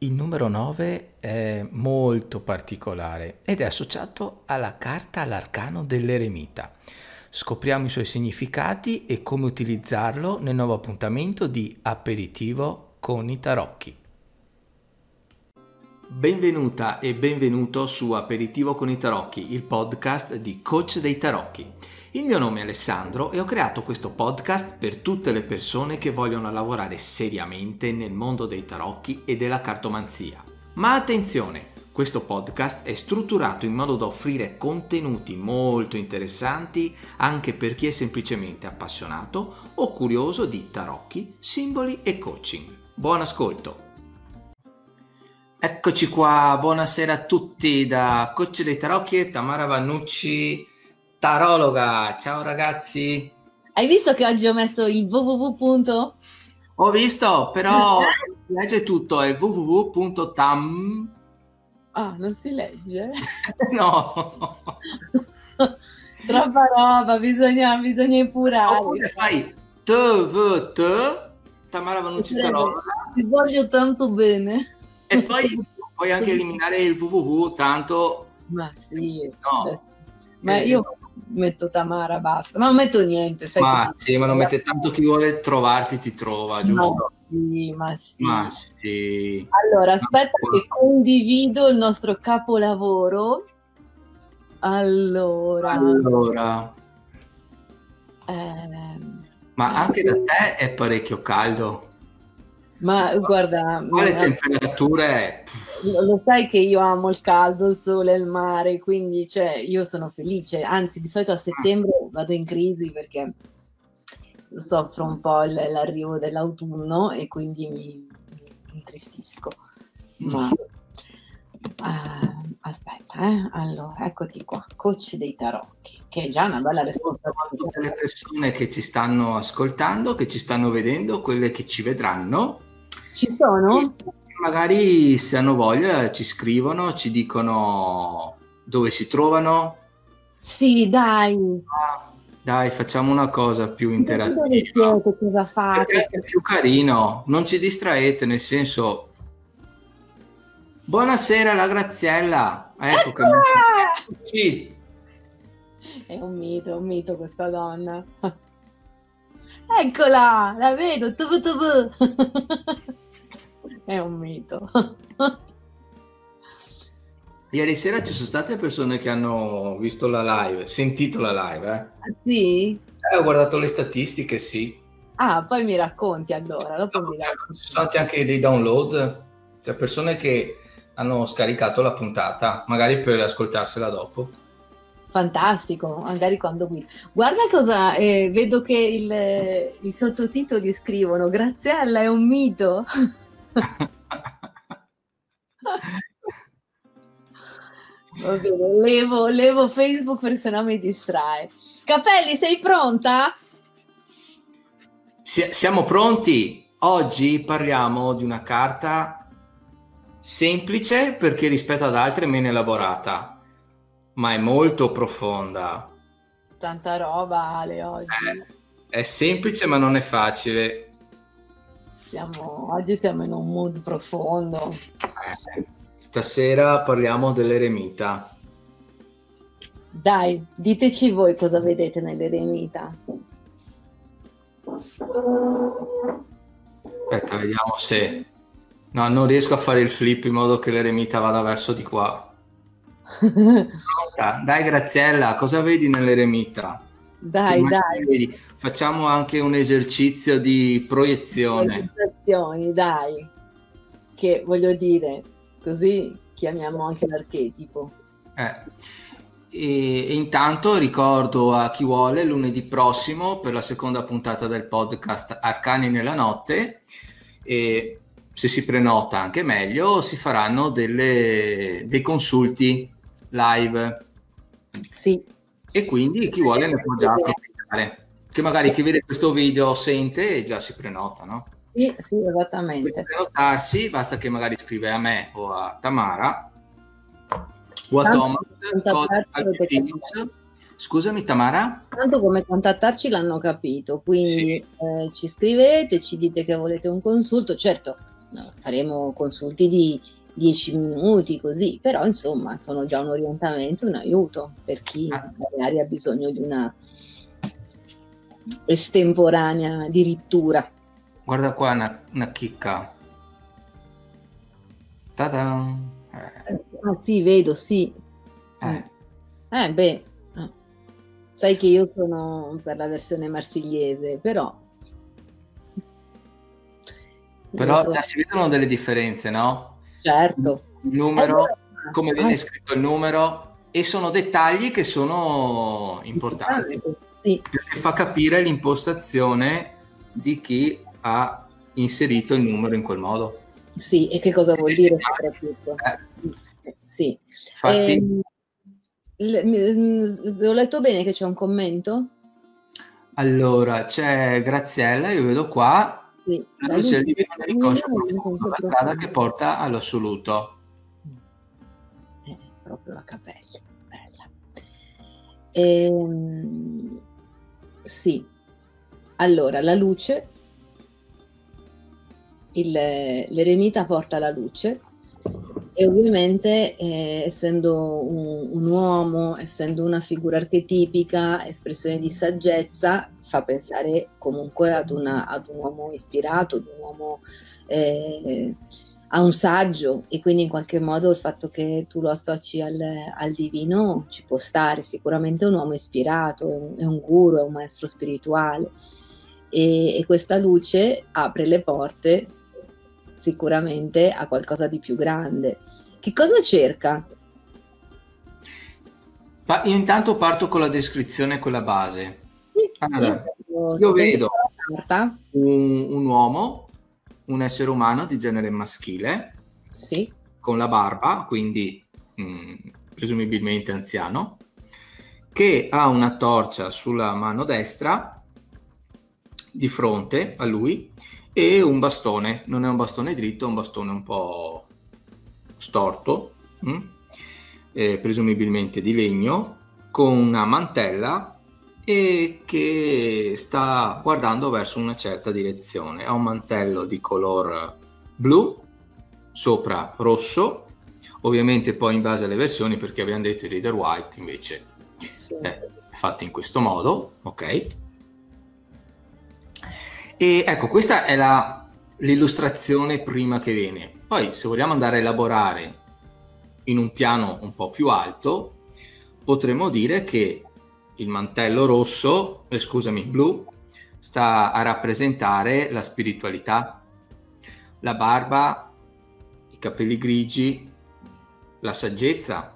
Il numero 9 è molto particolare ed è associato alla carta all'arcano dell'eremita. Scopriamo i suoi significati e come utilizzarlo nel nuovo appuntamento di Aperitivo con i Tarocchi. Benvenuta e benvenuto su Aperitivo con i Tarocchi, il podcast di Coach dei Tarocchi. Il mio nome è Alessandro e ho creato questo podcast per tutte le persone che vogliono lavorare seriamente nel mondo dei tarocchi e della cartomanzia. Ma attenzione, questo podcast è strutturato in modo da offrire contenuti molto interessanti anche per chi è semplicemente appassionato o curioso di tarocchi, simboli e coaching. Buon ascolto! Eccoci qua, buonasera a tutti da Coach dei Tarocchi e Tamara Vannucci, tarologa. Ciao ragazzi. Hai visto che oggi ho messo il www. Ho visto, però legge tutto, è www.tam. Ah, non si legge? No. Troppa roba, bisogna epurare. Oppure fai Tamara Vannucci tarologa. Ti voglio tanto bene. E poi puoi anche eliminare il www, tanto... Ma sì. No. Ma io metto Tamara, basta. Ma non metto niente, sai. Ma sì, ma non mette tanto, chi vuole trovarti ti trova, giusto? Ma sì. Ma sì. Allora, aspetta che condivido il nostro capolavoro. Allora. Ma anche da te è parecchio caldo. Ma guarda, quale temperature? Lo sai che io amo il caldo, il sole, il mare, quindi io sono felice, anzi di solito a settembre vado in crisi perché soffro un po' l'arrivo dell'autunno e quindi mi intristisco. Ma aspetta, allora eccoti qua, Coach dei Tarocchi, che è già una bella responsabilità. Tutte le persone che ci stanno ascoltando, che ci stanno vedendo, quelle che ci vedranno. Ci sono? Magari se hanno voglia ci scrivono, ci dicono dove si trovano. Sì, dai. Dai, facciamo una cosa più interattiva. Dove siete, cosa fate? È più carino, non ci distraete, nel senso... Buonasera la Graziella. Ecco che... Sì. È un mito questa donna. Eccola, la vedo, È un mito. Ieri sera ci sono state persone che hanno visto la live, sentito la live, Sì? Ho guardato le statistiche, sì. Ah, poi mi racconti allora, dopo mi racconti. Ci sono stati anche dei download, cioè persone che hanno scaricato la puntata, magari per ascoltarsela dopo. Fantastico, magari quando guidi. Guarda cosa, vedo che i sottotitoli scrivono Graziella è un mito. Va bene, levo Facebook perché sennò mi distrae. Capelli, sei pronta? Siamo pronti. Oggi parliamo di una carta semplice perché rispetto ad altre è meno elaborata, ma è molto profonda. Tanta roba, Ale, oggi. È semplice ma non è facile. Oggi siamo in un mood profondo. Stasera parliamo dell'eremita. Dai, diteci voi cosa vedete nell'eremita. Aspetta, vediamo se... No, non riesco a fare il flip in modo che l'eremita vada verso di qua. Dai Graziella, cosa vedi nell'eremita? Dai. Vedi? Facciamo anche un esercizio di proiezione. Dai, che voglio dire, così chiamiamo anche l'archetipo. E intanto ricordo a chi vuole lunedì prossimo per la seconda puntata del podcast Arcani nella notte, e se si prenota anche meglio si faranno dei consulti live. Sì. E quindi chi vuole ne può già approfittare, che magari chi vede questo video sente e già si prenota, no? Sì, esattamente. Per prenotarsi basta che magari scrive a me o a Tamara o a Thomas. Scusami Tamara? Tanto come contattarci l'hanno capito, quindi sì. Ci scrivete, ci dite che volete un consulto, certo faremo consulti di 10 minuti così, però insomma sono già un orientamento, un aiuto per chi magari ha bisogno di una estemporanea dirittura. Guarda qua una chicca. Ta-da! Sì, vedo, sì. Sai che io sono per la versione marsigliese, però si vedono delle differenze, no? Certo. Il numero, come viene scritto il numero, e sono dettagli che sono importanti, sì. Perché fa capire l'impostazione di chi ha inserito il numero in quel modo. Sì, e che cosa vuol dire soprattutto. Sì. Infatti, ho letto bene che c'è un commento? Allora, c'è Graziella, io vedo qua, sì, la luce del divino mi ricoscia profondo, la strada che porta all'assoluto. Proprio la capella, bella. Sì, allora, la luce, l'eremita porta la luce, e ovviamente essendo un uomo, essendo una figura archetipica, espressione di saggezza, fa pensare comunque ad un uomo ispirato, ad un uomo a un saggio, e quindi in qualche modo il fatto che tu lo associ al divino ci può stare. Sicuramente è un uomo ispirato, è un guru, è un maestro spirituale, e questa luce apre le porte sicuramente a qualcosa di più grande. Che cosa cerca? Ma io intanto parto con la descrizione, con la base. Allora, io io vedo un uomo, un essere umano di genere maschile, sì, con la barba, quindi presumibilmente anziano, che ha una torcia sulla mano destra di fronte a lui e un bastone. Non è un bastone dritto, è un bastone un po' storto, presumibilmente di legno, con una mantella, e che sta guardando verso una certa direzione. Ha un mantello di color blu, sopra rosso, ovviamente poi in base alle versioni, perché abbiamo detto il Reader White invece è fatto in questo modo, ok? E ecco, questa è l'illustrazione prima che viene. Poi, se vogliamo andare a elaborare in un piano un po' più alto, potremmo dire che il mantello rosso, blu, sta a rappresentare la spiritualità, la barba, i capelli grigi, la saggezza.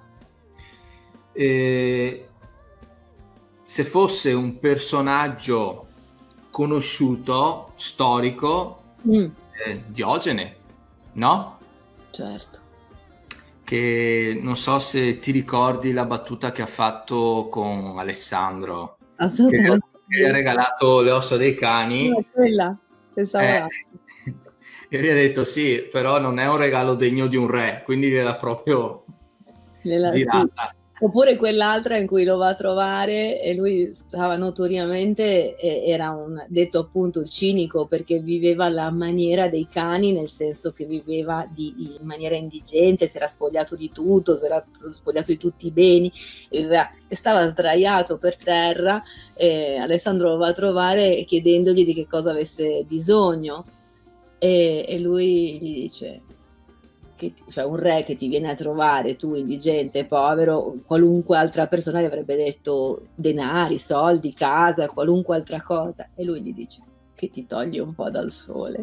Se fosse un personaggio conosciuto, storico, Diogene, no? Certo. Che non so se ti ricordi la battuta che ha fatto con Alessandro, assolutamente, che gli ha regalato le ossa dei cani. Quella, pensavo e gli ha detto sì, però non è un regalo degno di un re, quindi gliel'ha proprio girata. Oppure quell'altra in cui lo va a trovare e lui stava notoriamente, era detto appunto il cinico, perché viveva alla maniera dei cani, nel senso che viveva in maniera indigente, si era spogliato di tutto, si era spogliato di tutti i beni, e stava sdraiato per terra. Alessandro lo va a trovare chiedendogli di che cosa avesse bisogno, e lui gli dice: cioè un re che ti viene a trovare, tu indigente, povero, qualunque altra persona gli avrebbe detto denari, soldi, casa, qualunque altra cosa, e lui gli dice che ti togli un po' dal sole,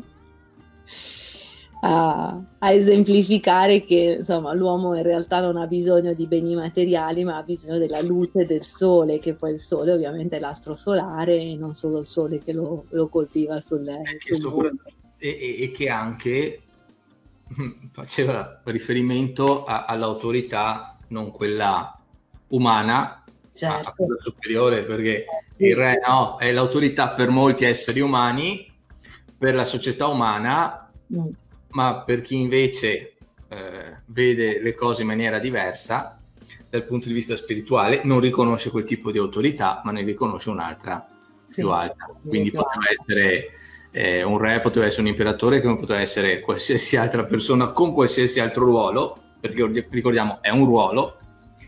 a esemplificare che insomma l'uomo in realtà non ha bisogno di beni materiali, ma ha bisogno della luce del sole, che poi il sole ovviamente è l'astro solare e non solo il sole che lo colpiva sul mondo. E che anche faceva riferimento all'autorità, non quella umana, certo, a quella superiore, perché il re è l'autorità per molti esseri umani, per la società umana, ma per chi invece vede le cose in maniera diversa dal punto di vista spirituale, non riconosce quel tipo di autorità, ma ne riconosce un'altra più alta. Quindi poteva essere Un re poteva essere un imperatore, come poteva essere qualsiasi altra persona con qualsiasi altro ruolo, perché ricordiamo è un ruolo,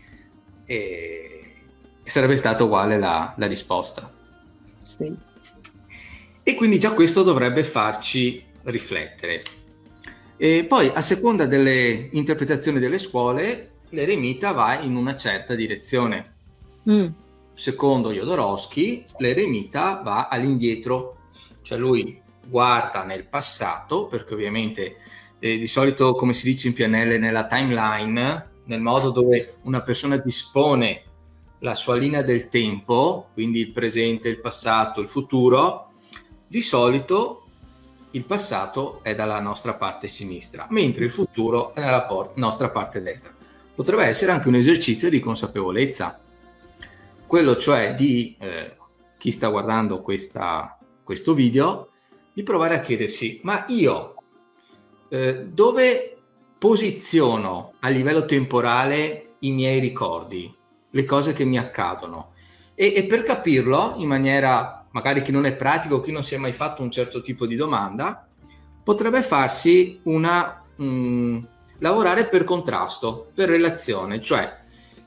e sarebbe stata uguale la risposta. Sì. E quindi già questo dovrebbe farci riflettere. E poi, a seconda delle interpretazioni delle scuole, l'eremita va in una certa direzione. Secondo Jodorowsky, l'eremita va all'indietro, cioè lui guarda nel passato, perché ovviamente di solito, come si dice in PNL, nella timeline, nel modo dove una persona dispone la sua linea del tempo, quindi il presente, il passato, il futuro, di solito il passato è dalla nostra parte sinistra, mentre il futuro è nella nostra parte destra. Potrebbe essere anche un esercizio di consapevolezza, quello cioè di chi sta guardando questo video, di provare a chiedersi: ma io dove posiziono a livello temporale i miei ricordi, le cose che mi accadono? E per capirlo in maniera, magari chi non è pratico, chi non si è mai fatto un certo tipo di domanda, potrebbe farsi lavorare per contrasto, per relazione, cioè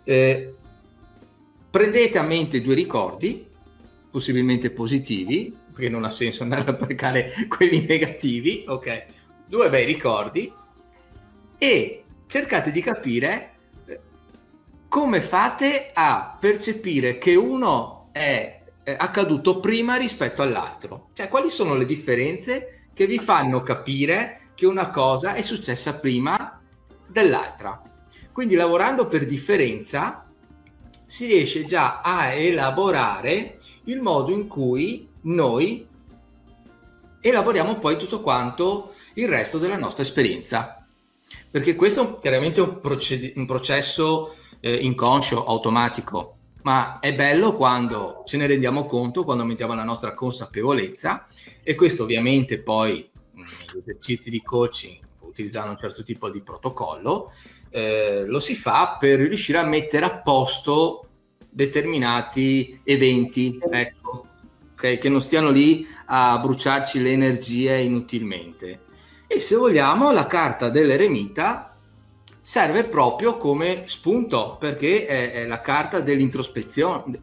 prendete a mente 2 ricordi, possibilmente positivi, perché non ha senso andare a cercare quelli negativi, ok? 2 bei ricordi, e cercate di capire come fate a percepire che uno è accaduto prima rispetto all'altro. Cioè, quali sono le differenze che vi fanno capire che una cosa è successa prima dell'altra? Quindi, lavorando per differenza, si riesce già a elaborare il modo in cui noi elaboriamo poi tutto quanto il resto della nostra esperienza, perché questo è chiaramente un processo inconscio, automatico, ma è bello quando ce ne rendiamo conto, quando aumentiamo la nostra consapevolezza, e questo ovviamente poi negli esercizi di coaching, utilizzando un certo tipo di protocollo, lo si fa per riuscire a mettere a posto determinati eventi, ecco, okay, che non stiano lì a bruciarci le energie inutilmente. E se vogliamo, la carta dell'eremita serve proprio come spunto, perché è la carta dell'introspezione.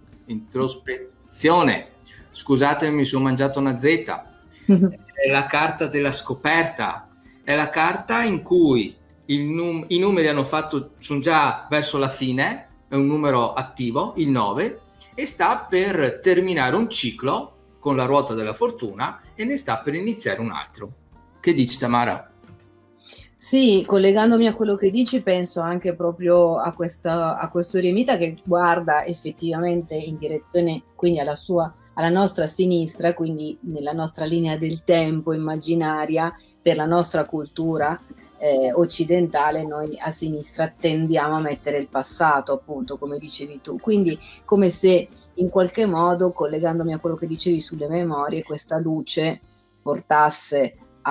Scusatemi, mi sono mangiato una Z. È la carta della scoperta, è la carta in cui i numeri sono già verso la fine, è un numero attivo, il 9, e sta per terminare un ciclo con la ruota della fortuna e ne sta per iniziare un altro. Che dici, Tamara? Sì, collegandomi a quello che dici, penso anche proprio a questo eremita che guarda effettivamente in direzione, quindi alla nostra sinistra, quindi nella nostra linea del tempo immaginaria, per la nostra cultura occidentale. Noi a sinistra tendiamo a mettere il passato, appunto, come dicevi tu. Quindi come se in qualche modo, collegandomi a quello che dicevi sulle memorie, questa luce portasse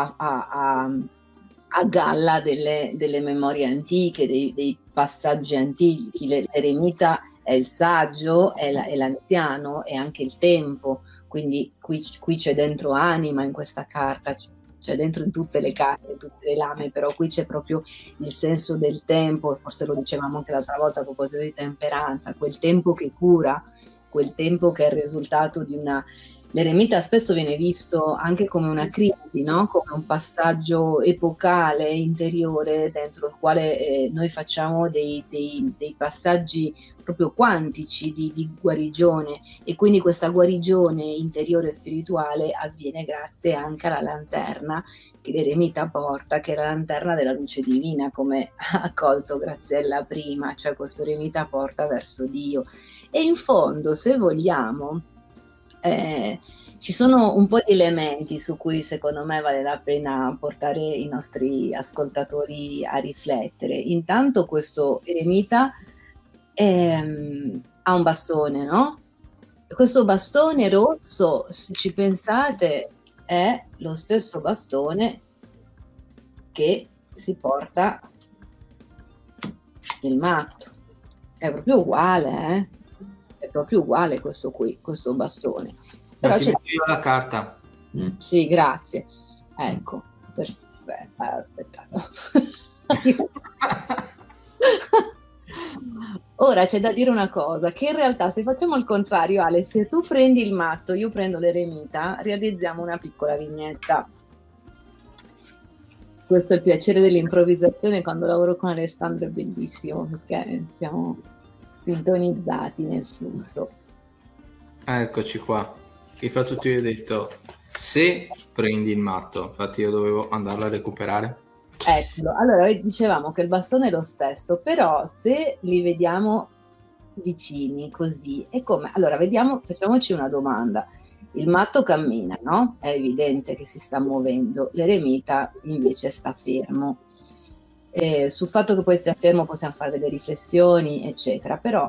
a galla delle memorie antiche, dei passaggi antichi. L'eremita è il saggio, è l'anziano, è anche il tempo. Quindi qui c'è dentro anima in questa carta, c'è dentro in tutte le carte, tutte le lame, però qui c'è proprio il senso del tempo, e forse lo dicevamo anche l'altra volta a proposito di temperanza, quel tempo che cura, quel tempo che è il risultato di una... L'eremita spesso viene visto anche come una crisi, no? Come un passaggio epocale, interiore, dentro il quale noi facciamo dei passaggi proprio quantici di guarigione, e quindi questa guarigione interiore e spirituale avviene grazie anche alla lanterna che l'eremita porta, che è la lanterna della luce divina, come ha accolto Graziella prima, cioè questo eremita porta verso Dio. E in fondo, se vogliamo, ci sono un po' di elementi su cui secondo me vale la pena portare i nostri ascoltatori a riflettere. Intanto questo eremita ha un bastone, no? E questo bastone rosso, se ci pensate, è lo stesso bastone che si porta il matto. È proprio uguale, È proprio uguale questo qui, questo bastone. Però c'è la carta. Sì, grazie. Ecco, perfetto. Aspetta. Ora c'è da dire una cosa, che in realtà se facciamo il contrario, Ale, se tu prendi il matto, io prendo l'eremita, realizziamo una piccola vignetta. Questo è il piacere dell'improvvisazione quando lavoro con Alessandro, è bellissimo perché siamo sintonizzati nel flusso. Eccoci qua. Infatti tu hai detto se prendi il matto, infatti io dovevo andarlo a recuperare. Eccolo, allora dicevamo che il bastone è lo stesso, però se li vediamo vicini così, è come, allora vediamo, facciamoci una domanda. Il matto cammina, no? È evidente che si sta muovendo, l'eremita invece sta fermo. Sul fatto che poi stia fermo possiamo fare delle riflessioni, eccetera, però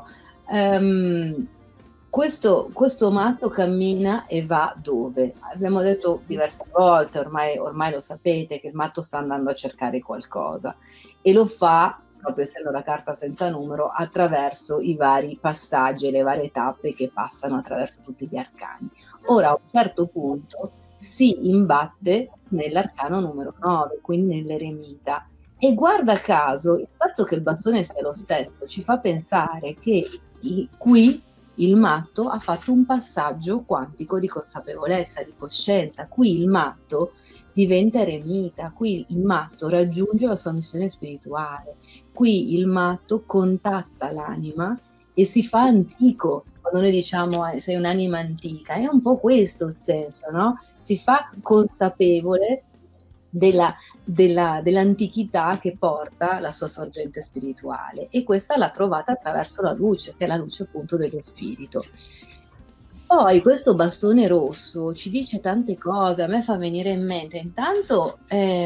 questo matto cammina e va dove? Abbiamo detto diverse volte, ormai lo sapete, che il matto sta andando a cercare qualcosa e lo fa, proprio essendo la carta senza numero, attraverso i vari passaggi e le varie tappe che passano attraverso tutti gli arcani. Ora, a un certo punto, si imbatte nell'arcano numero 9, quindi nell'eremita. E guarda caso, il fatto che il bastone sia lo stesso ci fa pensare che qui il matto ha fatto un passaggio quantico di consapevolezza, di coscienza. Qui il matto diventa eremita, qui il matto raggiunge la sua missione spirituale, qui il matto contatta l'anima e si fa antico. Quando noi diciamo sei un'anima antica, è un po' questo il senso, no? Si fa consapevole dell'antichità che porta la sua sorgente spirituale, e questa l'ha trovata attraverso la luce, che è la luce appunto dello spirito. Poi questo bastone rosso ci dice tante cose, a me fa venire in mente intanto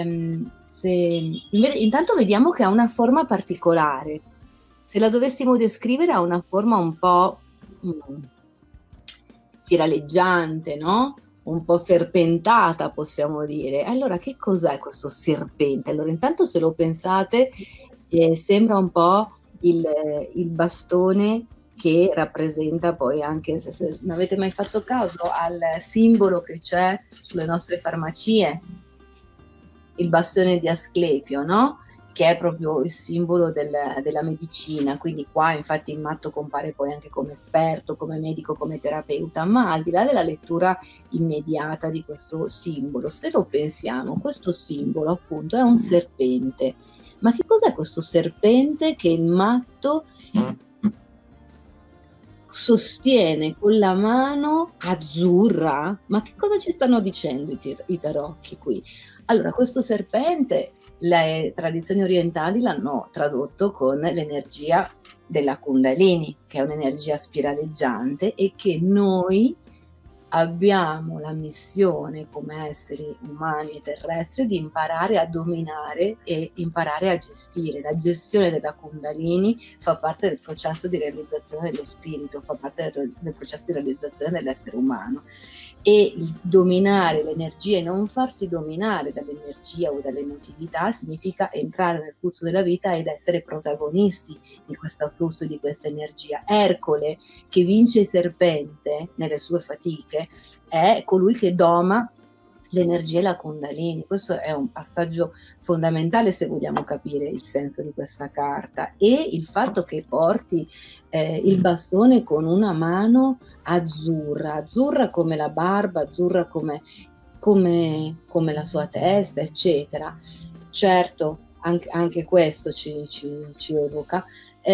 vediamo che ha una forma particolare. Se la dovessimo descrivere, ha una forma un po' spiraleggiante, no? Un po' serpentata, possiamo dire. Allora, che cos'è questo serpente? Allora, intanto se lo pensate, sembra un po' il bastone che rappresenta poi anche, se non avete mai fatto caso al simbolo che c'è sulle nostre farmacie, il bastone di Asclepio, no? Che è proprio il simbolo della medicina, quindi qua infatti il matto compare poi anche come esperto, come medico, come terapeuta, ma al di là della lettura immediata di questo simbolo, se lo pensiamo, questo simbolo appunto è un serpente. Ma che cos'è questo serpente che il matto sostiene con la mano azzurra? Ma che cosa ci stanno dicendo i tarocchi qui? Allora, questo serpente le tradizioni orientali l'hanno tradotto con l'energia della Kundalini, che è un'energia spiraleggiante e che noi abbiamo la missione come esseri umani e terrestri di imparare a dominare e imparare a gestire. La gestione della Kundalini fa parte del processo di realizzazione dello spirito, fa parte del processo di realizzazione dell'essere umano, e il dominare l'energia e non farsi dominare dall'energia o dall'emotività significa entrare nel flusso della vita ed essere protagonisti di questo flusso, di questa energia. Ercole, che vince il serpente nelle sue fatiche, è colui che doma l'energia e la Kundalini. Questo è un passaggio fondamentale se vogliamo capire il senso di questa carta, e il fatto che porti il bastone con una mano azzurra come la barba, azzurra come la sua testa, eccetera. Certo, anche questo ci evoca,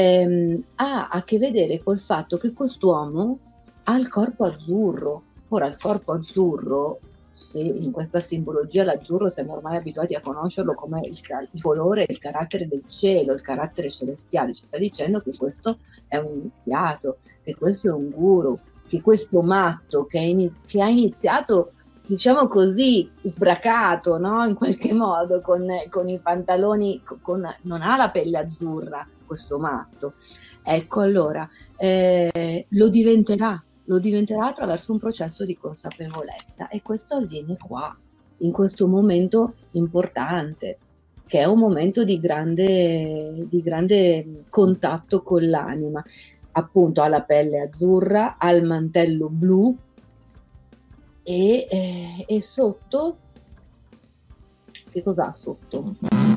ha a che vedere col fatto che quest'uomo ha il corpo azzurro. Ora, il corpo azzurro, se in questa simbologia l'azzurro siamo ormai abituati a conoscerlo come il colore e il carattere del cielo, il carattere celestiale, ci sta dicendo che questo è un iniziato, che questo è un guru, che questo matto che ha iniziato, diciamo così, sbracato, no? In qualche modo, con i pantaloni, non ha la pelle azzurra questo matto. Ecco, allora, lo diventerà attraverso un processo di consapevolezza, e questo avviene qua, in questo momento importante, che è un momento di grande contatto con l'anima. Appunto, ha la pelle azzurra, ha il mantello blu, e sotto, che cos'ha sotto?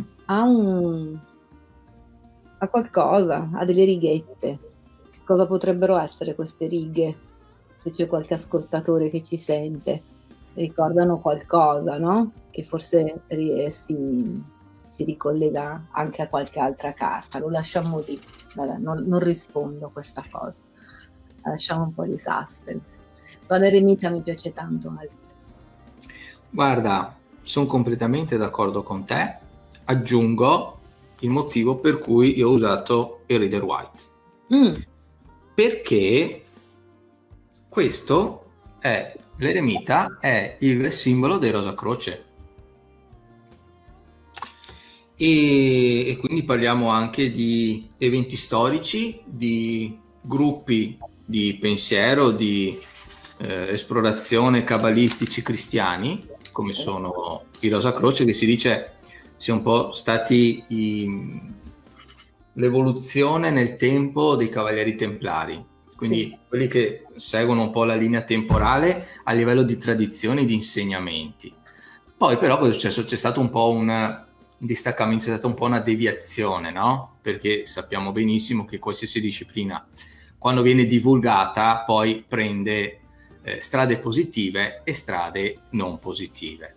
Ha qualcosa, ha delle righette. Che cosa potrebbero essere queste righe? Se c'è qualche ascoltatore che ci sente, ricordano qualcosa, no? Che forse si ricollega anche a qualche altra carta. Lo lasciamo lì, non rispondo a questa cosa. Lasciamo un po' di suspense. L'eremita mi piace tanto. Guarda, sono completamente d'accordo con te. Aggiungo il motivo per cui io ho usato il Rider White. Perché questo è, l'eremita è il simbolo dei Rosa Croce. E quindi parliamo anche di eventi storici, di gruppi di pensiero, di esplorazione cabalistici cristiani, come sono i Rosa Croce, che si dice sia un po' stati l'evoluzione nel tempo dei Cavalieri Templari, quindi quelli che seguono un po' la linea temporale a livello di tradizioni, di insegnamenti. Poi però cosa è successo? C'è stato un po' un distaccamento, c'è stata un po' una deviazione, no? Perché sappiamo benissimo che qualsiasi disciplina, quando viene divulgata, poi prende strade positive e strade non positive.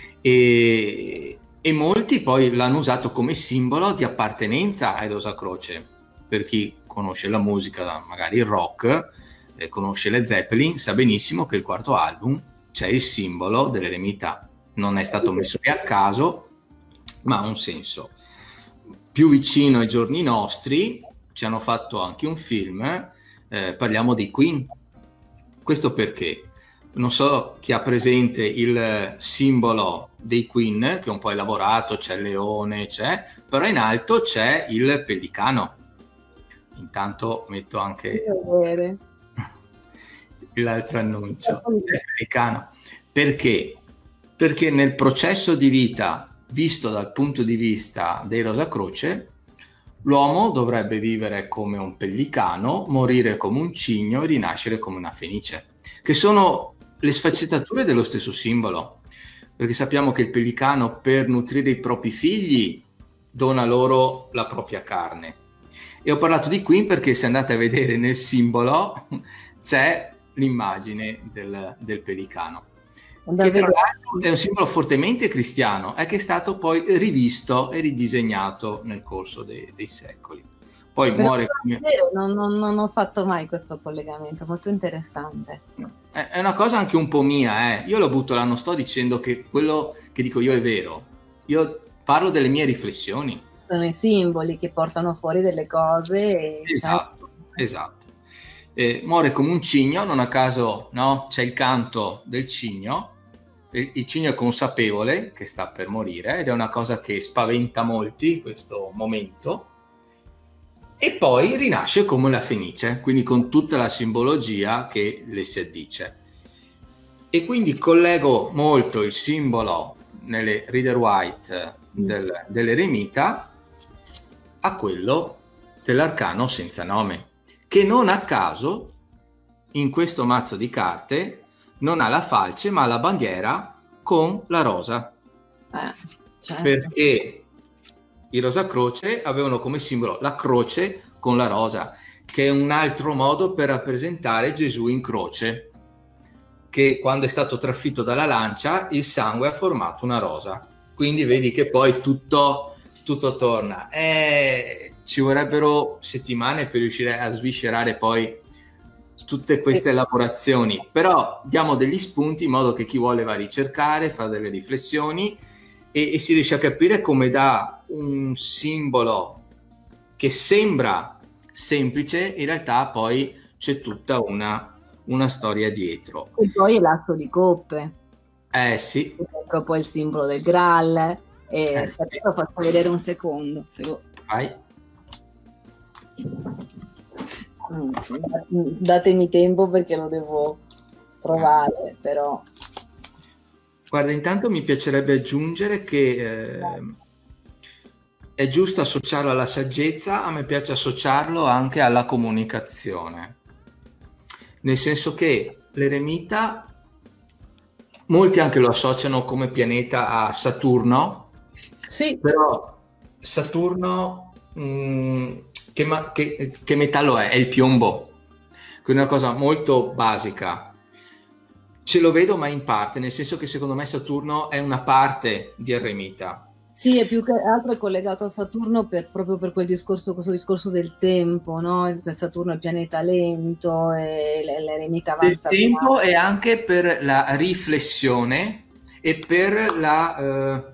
E molti poi l'hanno usato come simbolo di appartenenza ai Rosa Croce. Per chi conosce la musica, magari il rock, conosce le Zeppelin, sa benissimo che il quarto album c'è il simbolo dell'eremita. Non è stato messo lì a caso, ma ha un senso. Più vicino ai giorni nostri, ci hanno fatto anche un film, parliamo di Queen. Questo perché? Non so chi ha presente il simbolo dei Queen, che è un po' elaborato, c'è il leone, però in alto c'è il pellicano. Intanto metto anche l'altro annuncio, c'è il pellicano. Perché? Perché nel processo di vita, visto dal punto di vista dei Rosa Croce, l'uomo dovrebbe vivere come un pellicano, morire come un cigno e rinascere come una fenice, che sono le sfaccettature dello stesso simbolo, perché sappiamo che il pellicano, per nutrire i propri figli, dona loro la propria carne. E ho parlato di Queen perché se andate a vedere nel simbolo c'è l'immagine del pellicano, che tra l'altro è un simbolo fortemente cristiano e che è stato poi rivisto e ridisegnato nel corso dei secoli. Poi muore. Non ho fatto mai questo collegamento, molto interessante. È una cosa anche un po' mia, Io lo butto là, non sto dicendo che quello che dico io è vero. Io parlo delle mie riflessioni. Sono i simboli che portano fuori delle cose. Esatto. Muore come un cigno, non a caso, no? C'è il canto del cigno. Il cigno è consapevole che sta per morire ed è una cosa che spaventa molti, questo momento. E poi rinasce come la fenice, quindi con tutta la simbologia che le si addice. E quindi collego molto il simbolo nelle Rider White dell'eremita a quello dell'arcano senza nome, che non a caso in questo mazzo di carte non ha la falce ma la bandiera con la rosa. Certo. Perché i Rosa Croce avevano come simbolo la croce con la rosa, che è un altro modo per rappresentare Gesù in croce, che quando è stato trafitto dalla lancia il sangue ha formato una rosa. Quindi vedi che poi tutto torna. Ci vorrebbero settimane per riuscire a sviscerare poi tutte queste elaborazioni, però diamo degli spunti in modo che chi vuole va a ricercare, fa delle riflessioni e si riesce a capire come da un simbolo che sembra semplice in realtà poi c'è tutta una storia dietro. E poi è l'asso di coppe. Sì. È proprio il simbolo del Graal. Lo faccio vedere un secondo. Vai. Datemi tempo perché lo devo trovare, però. Guarda, intanto mi piacerebbe aggiungere che è giusto associarlo alla saggezza, a me piace associarlo anche alla comunicazione, nel senso che l'eremita Molti anche lo associano come pianeta a Saturno, Sì. però Saturno che metallo è? È il piombo, quindi è una cosa molto basica. Ce lo vedo ma in parte, nel senso che secondo me Saturno è una parte di eremita. Sì, è più che altro è collegato a Saturno proprio per quel discorso, questo discorso del tempo, no? Saturno è il pianeta lento e l'eremita Del avanza tempo piano. e anche per la riflessione e per la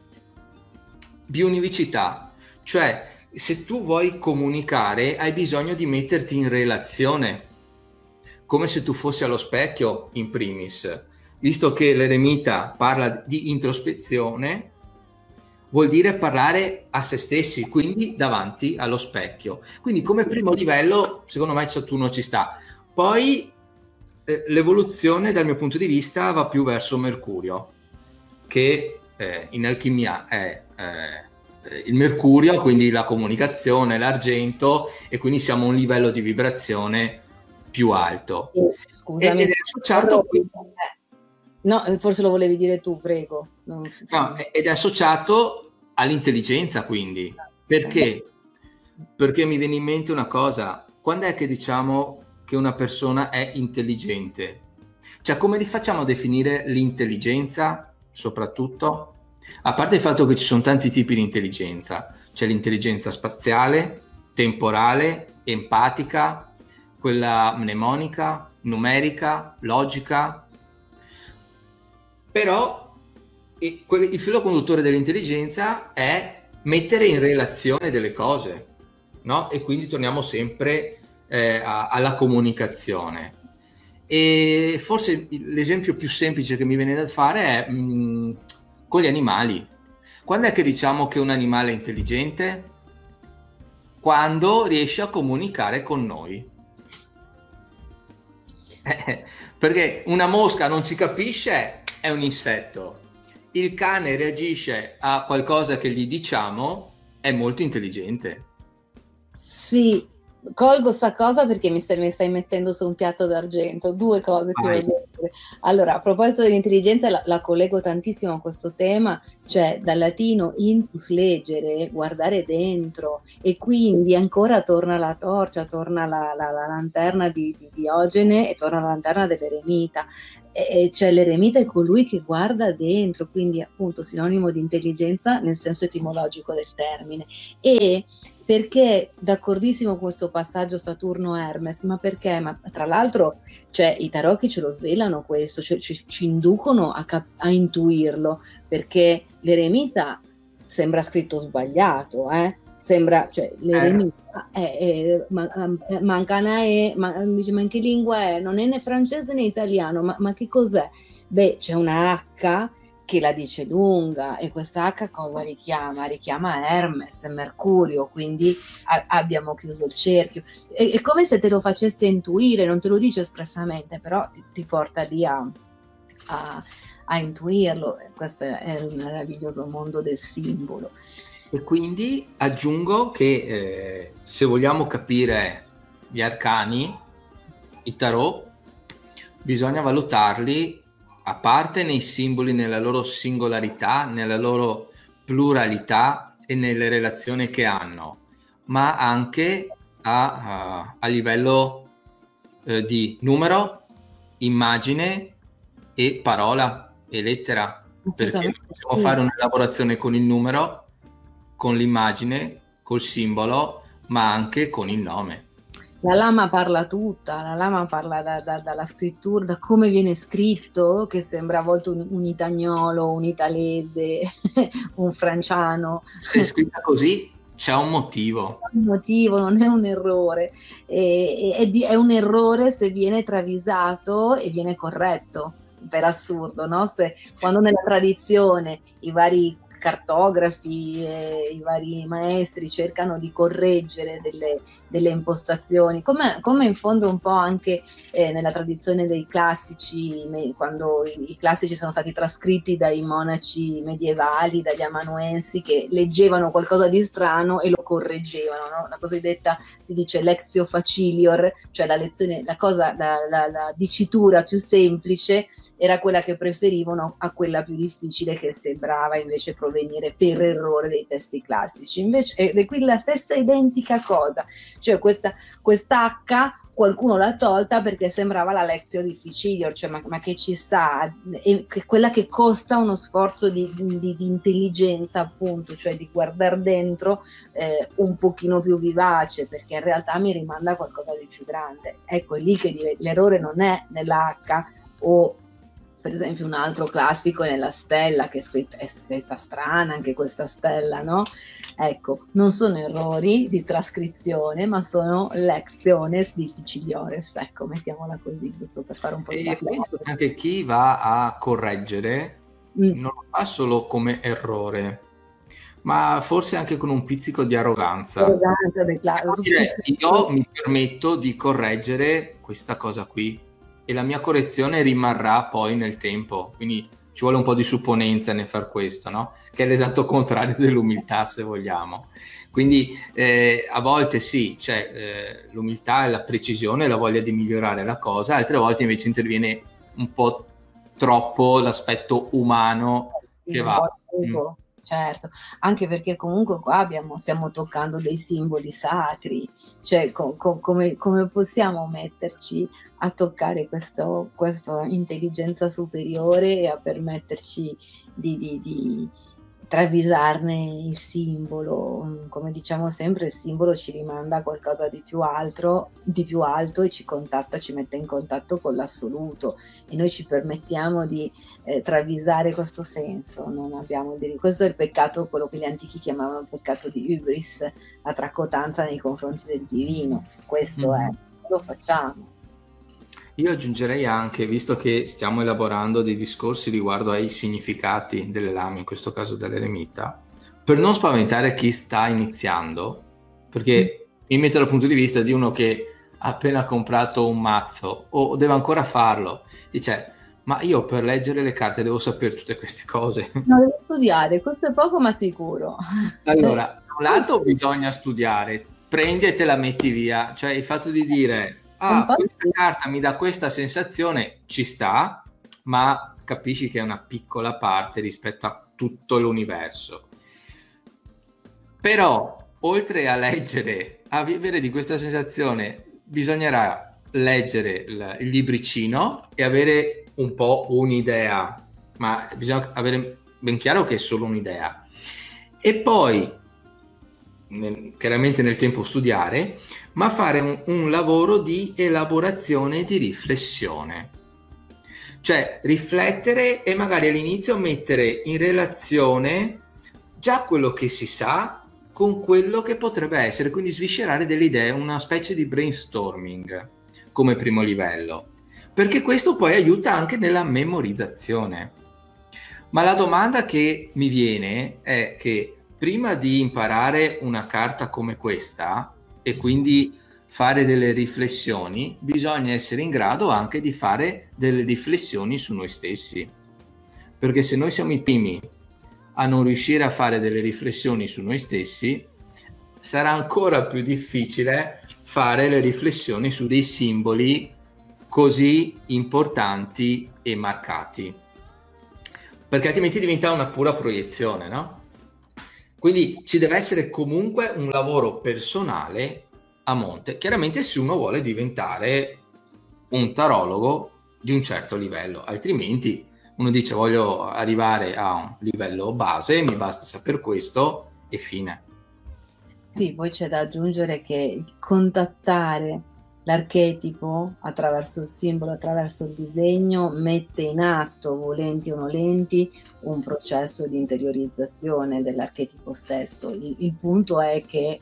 bionivicità, cioè se tu vuoi comunicare hai bisogno di metterti in relazione, come se tu fossi allo specchio in primis, visto che l'eremita parla di introspezione, vuol dire parlare a se stessi, quindi davanti allo specchio. Quindi come primo livello, secondo me Saturno ci sta. Poi l'evoluzione dal mio punto di vista va più verso Mercurio, che in alchimia è il mercurio, quindi la comunicazione, l'argento, e quindi siamo a un livello di vibrazione più alto. Scusami. Ed è associato No, forse lo volevi dire tu, prego. no, ed è associato all'intelligenza, quindi. Perché? Perché mi viene in mente una cosa: quando è che diciamo che una persona è intelligente? Cioè, come li facciamo a definire l'intelligenza, soprattutto? A parte il fatto che ci sono tanti tipi di intelligenza, c'è l'intelligenza spaziale, temporale, empatica, quella mnemonica, numerica, logica. Però il filo conduttore dell'intelligenza è mettere in relazione delle cose, no? E quindi torniamo sempre alla comunicazione. E forse l'esempio più semplice che mi viene da fare è con gli animali. Quando è che diciamo che un animale è intelligente? Quando riesce a comunicare con noi. Perché una mosca non ci capisce, è un insetto. Il cane reagisce a qualcosa che gli diciamo, è molto intelligente. Sì, colgo sta cosa perché mi stai mettendo su un piatto d'argento. Due cose ti voglio dire. Allora, a proposito dell'intelligenza, la collego tantissimo a questo tema, cioè dal latino intus, leggere, guardare dentro, e quindi ancora torna la torcia, torna la lanterna di Diogene e torna la lanterna dell'eremita. E cioè l'eremita è colui che guarda dentro, quindi appunto sinonimo di intelligenza nel senso etimologico del termine. E perché d'accordissimo con questo passaggio Saturno-Hermes, ma perché? Ma tra l'altro, cioè, i tarocchi ce lo svelano questo, cioè, ci inducono a intuirlo, perché l'eremita sembra scritto sbagliato, sembra, cioè, l'eremita manca una E, dice, ma in che lingua è? Non è né francese né italiano, ma che cos'è? Beh, c'è una H che la dice lunga, e questa H cosa richiama? Richiama Hermes, Mercurio, quindi abbiamo chiuso il cerchio. È come se te lo facesse intuire, non te lo dice espressamente, però ti porta lì a intuirlo. Questo è il meraviglioso mondo del simbolo. E quindi aggiungo che se vogliamo capire gli arcani, i tarot, bisogna valutarli a parte nei simboli, nella loro singolarità, nella loro pluralità e nelle relazioni che hanno, ma anche a livello di numero, immagine e parola e lettera, perché possiamo fare un'elaborazione con il numero, con l'immagine, col simbolo, ma anche con il nome. La lama parla tutta, la lama parla dalla scrittura, da come viene scritto, che sembra a volte un itagnolo, un italese, un franciano. Se è scritta così c'è un motivo. Un motivo, non è un errore. È un errore se viene travisato e viene corretto, per assurdo, no? Quando nella tradizione i vari cartografi e i vari maestri cercano di correggere delle impostazioni, come in fondo un po' anche nella tradizione dei classici, quando i classici sono stati trascritti dai monaci medievali, dagli amanuensi, che leggevano qualcosa di strano e lo correggevano, no? La cosiddetta, si dice lectio facilior, cioè la lezione, la dicitura più semplice era quella che preferivano a quella più difficile, che sembrava invece provenire per errore dei testi classici. Invece è qui la stessa identica cosa, cioè questa H qualcuno l'ha tolta perché sembrava la lectio difficilior, cioè ma che ci sta, è quella che costa uno sforzo di intelligenza, appunto, cioè di guardare dentro un pochino più vivace, perché in realtà mi rimanda a qualcosa di più grande. Ecco, è lì che l'errore non è nell'H, o per esempio un altro classico è nella stella, che è scritta strana anche questa stella, no? Ecco, non sono errori di trascrizione, ma sono lectiones difficiliores, ecco, mettiamola così, giusto per fare un po' di E penso che anche chi va a correggere non lo fa solo come errore, ma forse anche con un pizzico di arroganza. Io mi permetto di correggere questa cosa qui e la mia correzione rimarrà poi nel tempo, quindi ci vuole un po' di supponenza nel far questo, no? Che è l'esatto contrario dell'umiltà, se vogliamo. Quindi a volte sì, c'è l'umiltà e la precisione, la voglia di migliorare la cosa, altre volte invece interviene un po' troppo l'aspetto umano che va. Certo, anche perché comunque qua stiamo toccando dei simboli sacri, cioè come possiamo metterci a toccare questa intelligenza superiore e a permetterci di travisarne il simbolo. Come diciamo sempre, il simbolo ci rimanda a qualcosa di più alto e ci contatta, ci mette in contatto con l'assoluto, e noi ci permettiamo di travisare questo senso. Non abbiamo il diritto. Questo è il peccato, quello che gli antichi chiamavano il peccato di hubris, la tracotanza nei confronti del divino. Questo è, lo facciamo. Io aggiungerei anche, visto che stiamo elaborando dei discorsi riguardo ai significati delle lame, in questo caso dell'eremita, per non spaventare chi sta iniziando, perché mi metto dal punto di vista di uno che ha appena comprato un mazzo o deve ancora farlo, dice: ma io per leggere le carte devo sapere tutte queste cose. No, devo studiare, questo è poco ma sicuro. Allora, da un lato bisogna studiare, prendi e te la metti via, cioè il fatto di dire: questa carta mi dà questa sensazione, ci sta, ma capisci che è una piccola parte rispetto a tutto l'universo. Però, oltre a leggere, a vivere di questa sensazione, bisognerà leggere il libricino e avere un po' un'idea, ma bisogna avere ben chiaro che è solo un'idea. E poi, chiaramente nel tempo studiare, ma fare un lavoro di elaborazione e di riflessione, cioè riflettere e magari all'inizio mettere in relazione già quello che si sa con quello che potrebbe essere, quindi sviscerare delle idee, una specie di brainstorming come primo livello, perché questo poi aiuta anche nella memorizzazione. Ma la domanda che mi viene è che prima di imparare una carta come questa e quindi fare delle riflessioni, bisogna essere in grado anche di fare delle riflessioni su noi stessi. Perché se noi siamo i primi a non riuscire a fare delle riflessioni su noi stessi, sarà ancora più difficile fare le riflessioni su dei simboli così importanti e marcati. Perché altrimenti diventa una pura proiezione, no? Quindi ci deve essere comunque un lavoro personale a monte, chiaramente se uno vuole diventare un tarologo di un certo livello, altrimenti uno dice: voglio arrivare a un livello base, mi basta saper questo e fine. Sì, poi c'è da aggiungere che contattare l'archetipo attraverso il simbolo, attraverso il disegno, mette in atto, volenti o nolenti, un processo di interiorizzazione dell'archetipo stesso. Il punto è che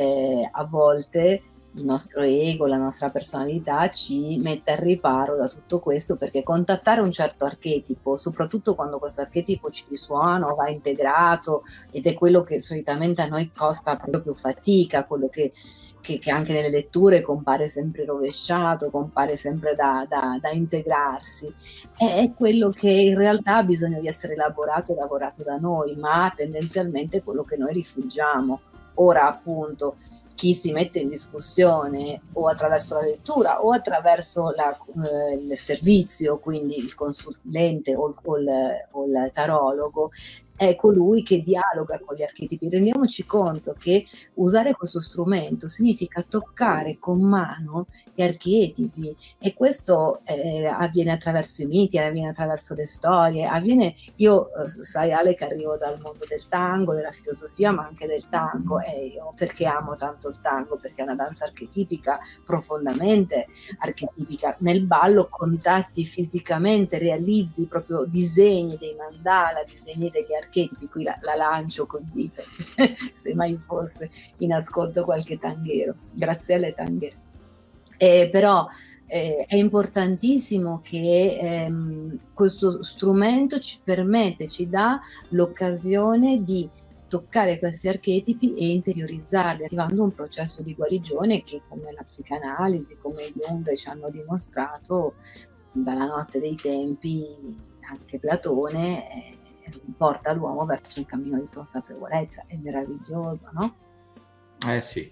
a volte il nostro ego, la nostra personalità ci mette al riparo da tutto questo, perché contattare un certo archetipo, soprattutto quando questo archetipo ci risuona o va integrato, ed è quello che solitamente a noi costa proprio più fatica, quello che anche nelle letture compare sempre rovesciato, compare sempre da integrarsi, è quello che in realtà ha bisogno di essere elaborato e lavorato da noi, ma tendenzialmente è quello che noi rifugiamo. Ora appunto chi si mette in discussione o attraverso la lettura o attraverso il servizio, quindi il consulente o il tarologo, è colui che dialoga con gli archetipi. Rendiamoci conto che usare questo strumento significa toccare con mano gli archetipi, e questo avviene attraverso i miti, avviene attraverso le storie, io sai Ale che arrivo dal mondo del tango, della filosofia, ma anche del tango, e io perché amo tanto il tango? Perché è una danza archetipica, profondamente archetipica. Nel ballo contatti fisicamente, realizzi proprio disegni dei mandala, disegni degli archetipi. Qui la lancio così, perché se mai fosse in ascolto qualche tanghero, grazie alle tanghere. Però è importantissimo che questo strumento ci permette, ci dà l'occasione di toccare questi archetipi e interiorizzarli, attivando un processo di guarigione che, come la psicanalisi, come Jung ci hanno dimostrato dalla notte dei tempi, anche Platone, porta l'uomo verso un cammino di consapevolezza. È meraviglioso, no? Sì.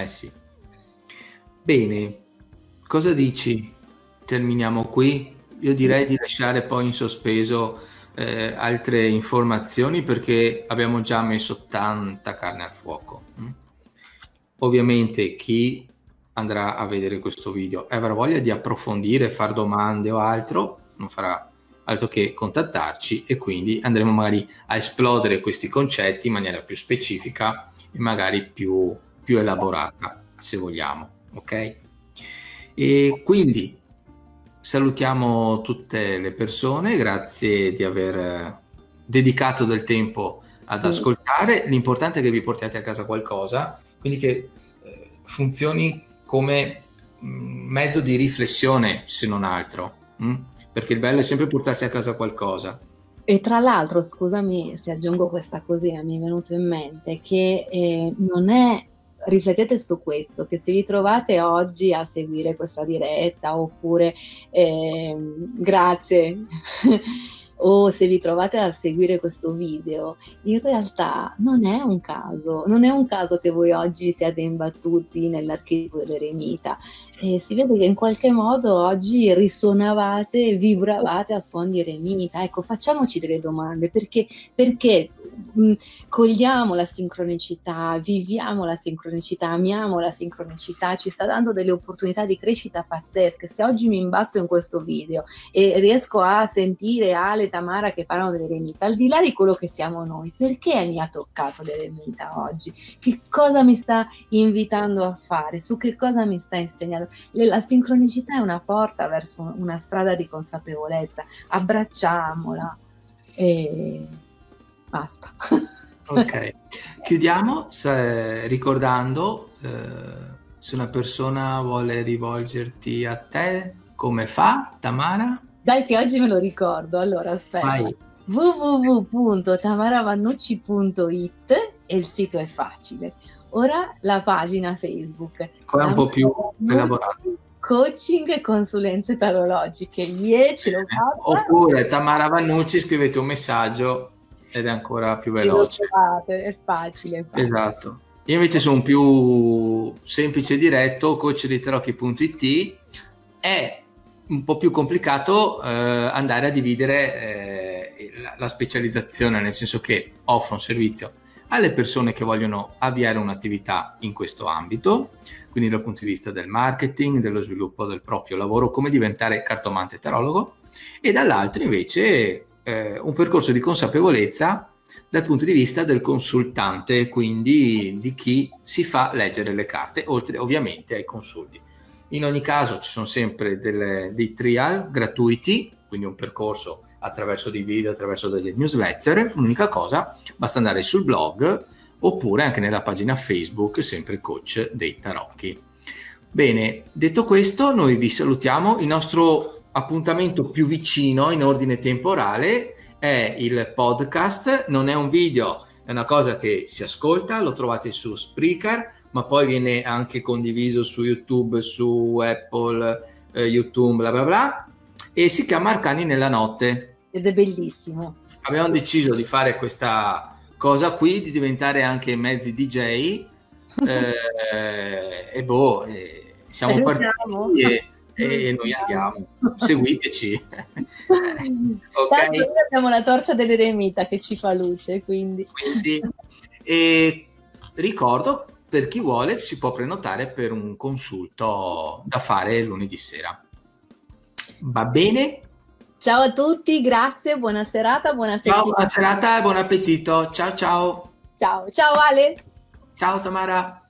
Bene, cosa dici? Terminiamo qui? Io direi di lasciare poi in sospeso altre informazioni, perché abbiamo già messo tanta carne al fuoco. Ovviamente chi andrà a vedere questo video e avrà voglia di approfondire, far domande o altro, non farà altro che contattarci, e quindi andremo magari a esplodere questi concetti in maniera più specifica e magari più elaborata, se vogliamo, ok? E quindi salutiamo tutte le persone, grazie di aver dedicato del tempo ad ascoltare. L'importante è che vi portiate a casa qualcosa, quindi che funzioni come mezzo di riflessione, se non altro, perché il bello è sempre portarsi a casa qualcosa. E tra l'altro, scusami se aggiungo questa cosina, mi è venuto in mente che non è, riflettete su questo, che se vi trovate oggi a seguire questa diretta, oppure grazie o se vi trovate a seguire questo video, in realtà non è un caso che voi oggi siate imbattuti nell'archetipo dell'eremita. Si vede che in qualche modo oggi risuonavate, vibravate a suon di eremita. Ecco, facciamoci delle domande, perché cogliamo la sincronicità, viviamo la sincronicità, amiamo la sincronicità, ci sta dando delle opportunità di crescita pazzesche. Se oggi mi imbatto in questo video e riesco a sentire Ale, Tamara che parlano dell'eremita, al di là di quello che siamo noi, perché mi ha toccato l'eremita oggi? Che cosa mi sta invitando a fare? Su che cosa mi sta insegnando? La sincronicità è una porta verso una strada di consapevolezza. Abbracciamola e basta. Ok, chiudiamo ricordando, se una persona vuole rivolgerti a te, come fa, Tamara? Dai che oggi me lo ricordo. Allora aspetta, www.tamaravannucci.it e il sito è facile. Ora la pagina Facebook, qua è un po' più elaborato. Coaching e consulenze tarologiche. Ce l'ho fatta. Oppure Tamara Vannucci, scrivete un messaggio ed è ancora più veloce. È facile. Esatto. Io invece sono più semplice e diretto, coachdeitarocchi.it. È un po' più complicato andare a dividere la specializzazione, nel senso che offro un servizio alle persone che vogliono avviare un'attività in questo ambito, quindi dal punto di vista del marketing, dello sviluppo del proprio lavoro, come diventare cartomante tarologo, e dall'altro invece un percorso di consapevolezza dal punto di vista del consultante, quindi di chi si fa leggere le carte, oltre ovviamente ai consulti. In ogni caso ci sono sempre dei trial gratuiti, quindi un percorso attraverso dei video, attraverso delle newsletter. L'unica cosa, basta andare sul blog oppure anche nella pagina Facebook, sempre Coach dei Tarocchi. Bene, detto questo, noi vi salutiamo. Il nostro appuntamento più vicino in ordine temporale è il podcast, non è un video, è una cosa che si ascolta, lo trovate su Spreaker, ma poi viene anche condiviso su YouTube, su Apple, YouTube, bla bla bla, e si chiama Arcani nella notte. Ed è bellissimo. Abbiamo deciso di fare questa cosa qui di diventare anche mezzi DJ siamo partiti e noi andiamo, seguiteci. Ok? Tanto noi abbiamo la torcia dell'eremita che ci fa luce, quindi. E ricordo, per chi vuole si può prenotare per un consulto da fare lunedì sera. Va bene? Ciao a tutti, grazie, buona serata, buona settimana. Ciao, buona serata e buon appetito. Ciao ciao. Ciao Ale. Ciao Tamara.